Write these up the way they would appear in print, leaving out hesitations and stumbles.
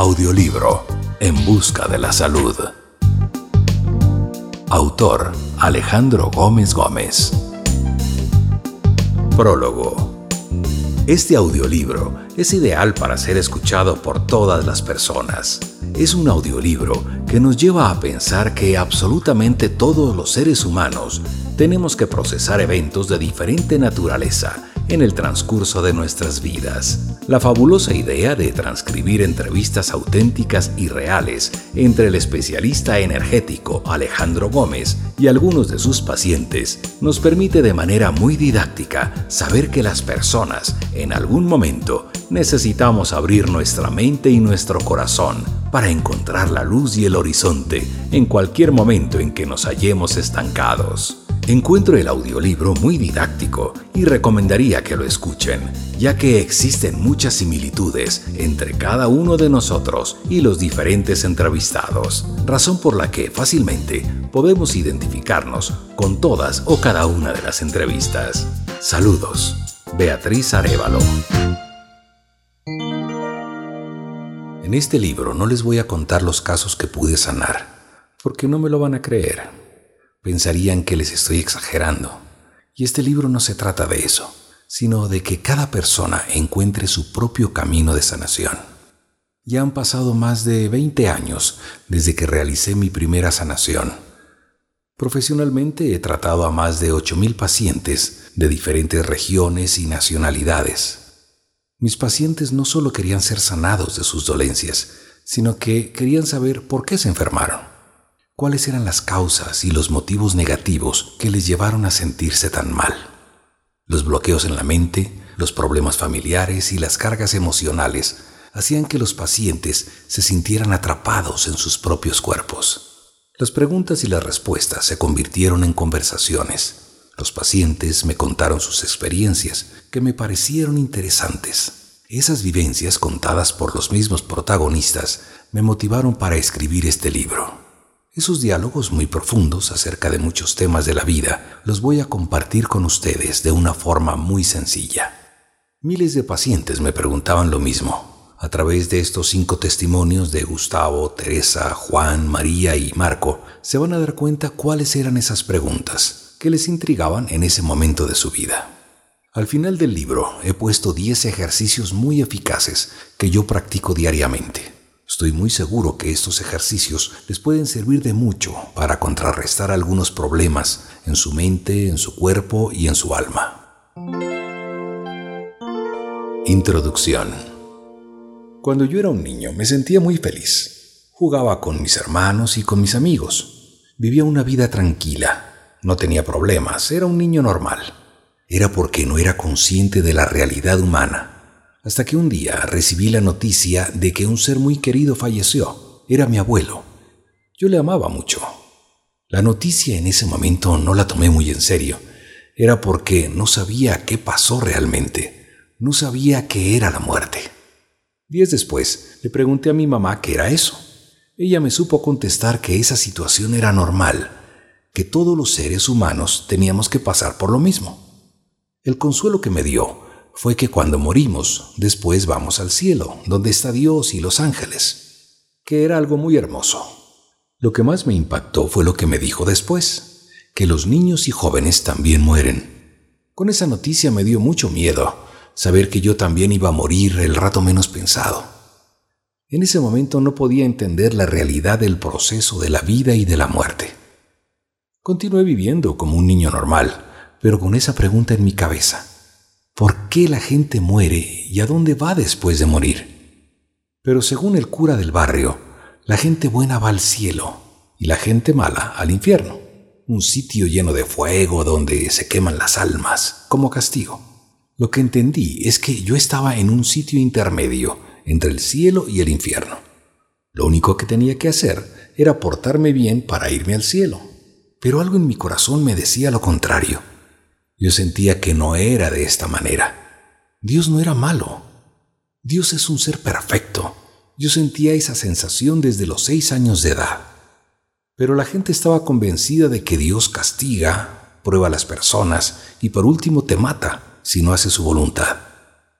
Audiolibro En busca de la salud. Autor Alejandro Gómez Gómez. Prólogo. Este audiolibro es ideal para ser escuchado por todas las personas. Es un audiolibro que nos lleva a pensar que absolutamente todos los seres humanos tenemos que procesar eventos de diferente naturaleza en el transcurso de nuestras vidas. La fabulosa idea de transcribir entrevistas auténticas y reales entre el especialista energético Alejandro Gómez y algunos de sus pacientes nos permite de manera muy didáctica saber que las personas en algún momento necesitamos abrir nuestra mente y nuestro corazón para encontrar la luz y el horizonte en cualquier momento en que nos hallemos estancados. Encuentro el audiolibro muy didáctico y recomendaría que lo escuchen, ya que existen muchas similitudes entre cada uno de nosotros y los diferentes entrevistados, razón por la que fácilmente podemos identificarnos con todas o cada una de las entrevistas. Saludos, Beatriz Arévalo. En este libro no les voy a contar los casos que pude sanar, porque no me lo van a creer. Pensarían que les estoy exagerando. Y este libro no se trata de eso, sino de que cada persona encuentre su propio camino de sanación. Ya han pasado más de 20 años desde que realicé mi primera sanación. Profesionalmente he tratado a más de 8,000 pacientes de diferentes regiones y nacionalidades. Mis pacientes no solo querían ser sanados de sus dolencias, sino que querían saber por qué se enfermaron. ¿Cuáles eran las causas y los motivos negativos que les llevaron a sentirse tan mal? Los bloqueos en la mente, los problemas familiares y las cargas emocionales hacían que los pacientes se sintieran atrapados en sus propios cuerpos. Las preguntas y las respuestas se convirtieron en conversaciones. Los pacientes me contaron sus experiencias, que me parecieron interesantes. Esas vivencias contadas por los mismos protagonistas me motivaron para escribir este libro. Esos diálogos muy profundos acerca de muchos temas de la vida los voy a compartir con ustedes de una forma muy sencilla. Miles de pacientes me preguntaban lo mismo. A través de estos 5 testimonios de Gustavo, Teresa, Juan, María y Marco, se van a dar cuenta cuáles eran esas preguntas que les intrigaban en ese momento de su vida. Al final del libro he puesto 10 ejercicios muy eficaces que yo practico diariamente. Estoy muy seguro que estos ejercicios les pueden servir de mucho para contrarrestar algunos problemas en su mente, en su cuerpo y en su alma. Introducción. Cuando yo era un niño me sentía muy feliz. Jugaba con mis hermanos y con mis amigos. Vivía una vida tranquila. No tenía problemas. Era un niño normal. Era porque no era consciente de la realidad humana. Hasta que un día recibí la noticia de que un ser muy querido falleció. Era mi abuelo. Yo le amaba mucho. La noticia en ese momento no la tomé muy en serio. Era porque no sabía qué pasó realmente. No sabía qué era la muerte. Días después le pregunté a mi mamá qué era eso. Ella me supo contestar que esa situación era normal, que todos los seres humanos teníamos que pasar por lo mismo. El consuelo que me dio fue que cuando morimos, después vamos al cielo, donde está Dios y los ángeles, que era algo muy hermoso. Lo que más me impactó fue lo que me dijo después, que los niños y jóvenes también mueren. Con esa noticia me dio mucho miedo, saber que yo también iba a morir el rato menos pensado. En ese momento no podía entender la realidad del proceso de la vida y de la muerte. Continué viviendo como un niño normal, pero con esa pregunta en mi cabeza. ¿Por qué la gente muere y a dónde va después de morir? Pero según el cura del barrio, la gente buena va al cielo y la gente mala al infierno, un sitio lleno de fuego donde se queman las almas como castigo. Lo que entendí es que yo estaba en un sitio intermedio entre el cielo y el infierno. Lo único que tenía que hacer era portarme bien para irme al cielo, pero algo en mi corazón me decía lo contrario. Yo sentía que no era de esta manera. Dios no era malo. Dios es un ser perfecto. Yo sentía esa sensación desde los 6 años de edad. Pero la gente estaba convencida de que Dios castiga, prueba a las personas y por último te mata si no haces su voluntad.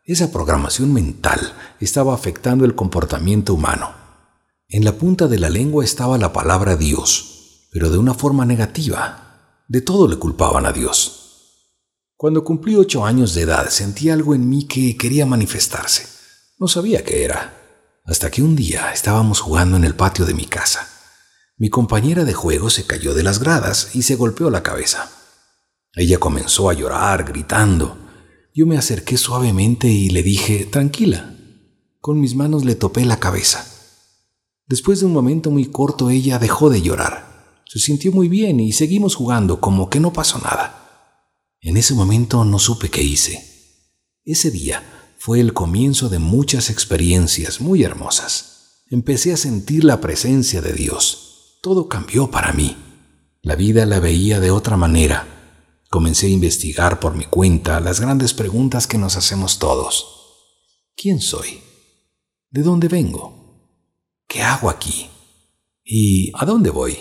Esa programación mental estaba afectando el comportamiento humano. En la punta de la lengua estaba la palabra Dios, pero de una forma negativa. De todo le culpaban a Dios. Cuando cumplí 8 años de edad, sentí algo en mí que quería manifestarse. No sabía qué era, hasta que un día estábamos jugando en el patio de mi casa. Mi compañera de juego se cayó de las gradas y se golpeó la cabeza. Ella comenzó a llorar, gritando. Yo me acerqué suavemente y le dije, tranquila. Con mis manos le topé la cabeza. Después de un momento muy corto, ella dejó de llorar. Se sintió muy bien y seguimos jugando como que no pasó nada. En ese momento no supe qué hice. Ese día fue el comienzo de muchas experiencias muy hermosas. Empecé a sentir la presencia de Dios. Todo cambió para mí. La vida la veía de otra manera. Comencé a investigar por mi cuenta las grandes preguntas que nos hacemos todos. ¿Quién soy? ¿De dónde vengo? ¿Qué hago aquí? ¿Y a dónde voy?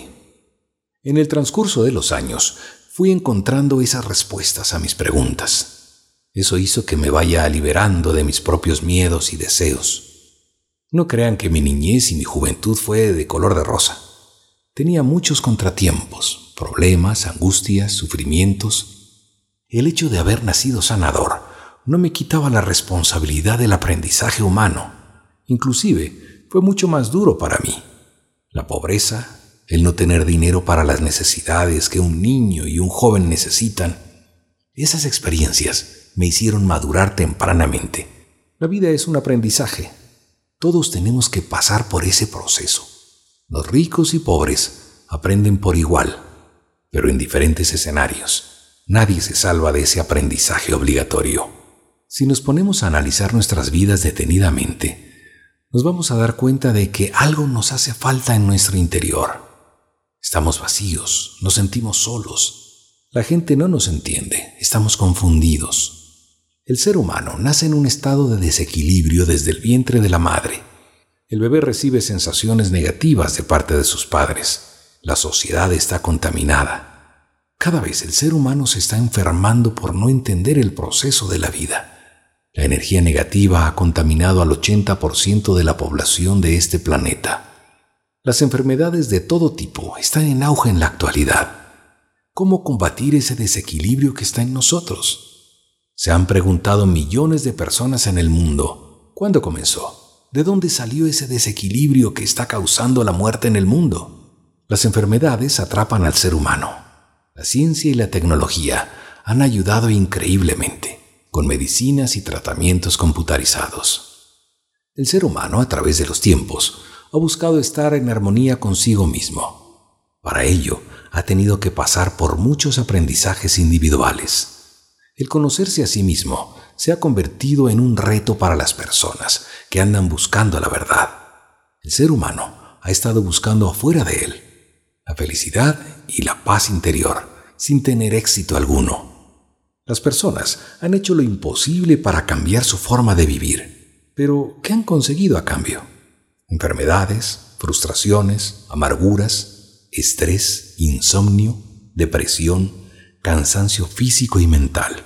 En el transcurso de los años, fui encontrando esas respuestas a mis preguntas. Eso hizo que me vaya liberando de mis propios miedos y deseos. No crean que mi niñez y mi juventud fue de color de rosa. Tenía muchos contratiempos, problemas, angustias, sufrimientos. El hecho de haber nacido sanador no me quitaba la responsabilidad del aprendizaje humano. Inclusive, fue mucho más duro para mí. La pobreza, el no tener dinero para las necesidades que un niño y un joven necesitan. Esas experiencias me hicieron madurar tempranamente. La vida es un aprendizaje. Todos tenemos que pasar por ese proceso. Los ricos y pobres aprenden por igual, pero en diferentes escenarios. Nadie se salva de ese aprendizaje obligatorio. Si nos ponemos a analizar nuestras vidas detenidamente, nos vamos a dar cuenta de que algo nos hace falta en nuestro interior. Estamos vacíos, nos sentimos solos. La gente no nos entiende, estamos confundidos. El ser humano nace en un estado de desequilibrio desde el vientre de la madre. El bebé recibe sensaciones negativas de parte de sus padres. La sociedad está contaminada. Cada vez el ser humano se está enfermando por no entender el proceso de la vida. La energía negativa ha contaminado al 80% de la población de este planeta. Las enfermedades de todo tipo están en auge en la actualidad. ¿Cómo combatir ese desequilibrio que está en nosotros? Se han preguntado millones de personas en el mundo, ¿cuándo comenzó? ¿De dónde salió ese desequilibrio que está causando la muerte en el mundo? Las enfermedades atrapan al ser humano. La ciencia y la tecnología han ayudado increíblemente, con medicinas y tratamientos computarizados. El ser humano, a través de los tiempos, ha buscado estar en armonía consigo mismo. Para ello, ha tenido que pasar por muchos aprendizajes individuales. El conocerse a sí mismo se ha convertido en un reto para las personas que andan buscando la verdad. El ser humano ha estado buscando afuera de él la felicidad y la paz interior, sin tener éxito alguno. Las personas han hecho lo imposible para cambiar su forma de vivir. Pero, ¿qué han conseguido a cambio? Enfermedades, frustraciones, amarguras, estrés, insomnio, depresión, cansancio físico y mental.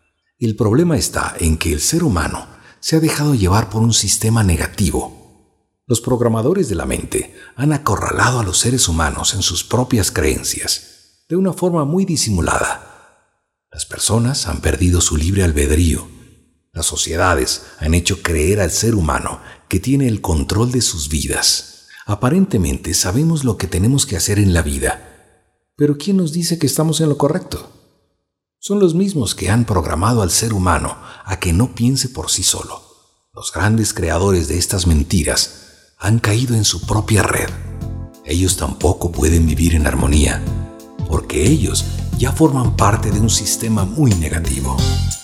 El problema está en que el ser humano se ha dejado llevar por un sistema negativo. Los programadores de la mente han acorralado a los seres humanos en sus propias creencias, de una forma muy disimulada. Las personas han perdido su libre albedrío. Las sociedades han hecho creer al ser humano que tiene el control de sus vidas. Aparentemente sabemos lo que tenemos que hacer en la vida. Pero ¿quién nos dice que estamos en lo correcto? Son los mismos que han programado al ser humano a que no piense por sí solo. Los grandes creadores de estas mentiras han caído en su propia red. Ellos tampoco pueden vivir en armonía, porque ellos ya forman parte de un sistema muy negativo.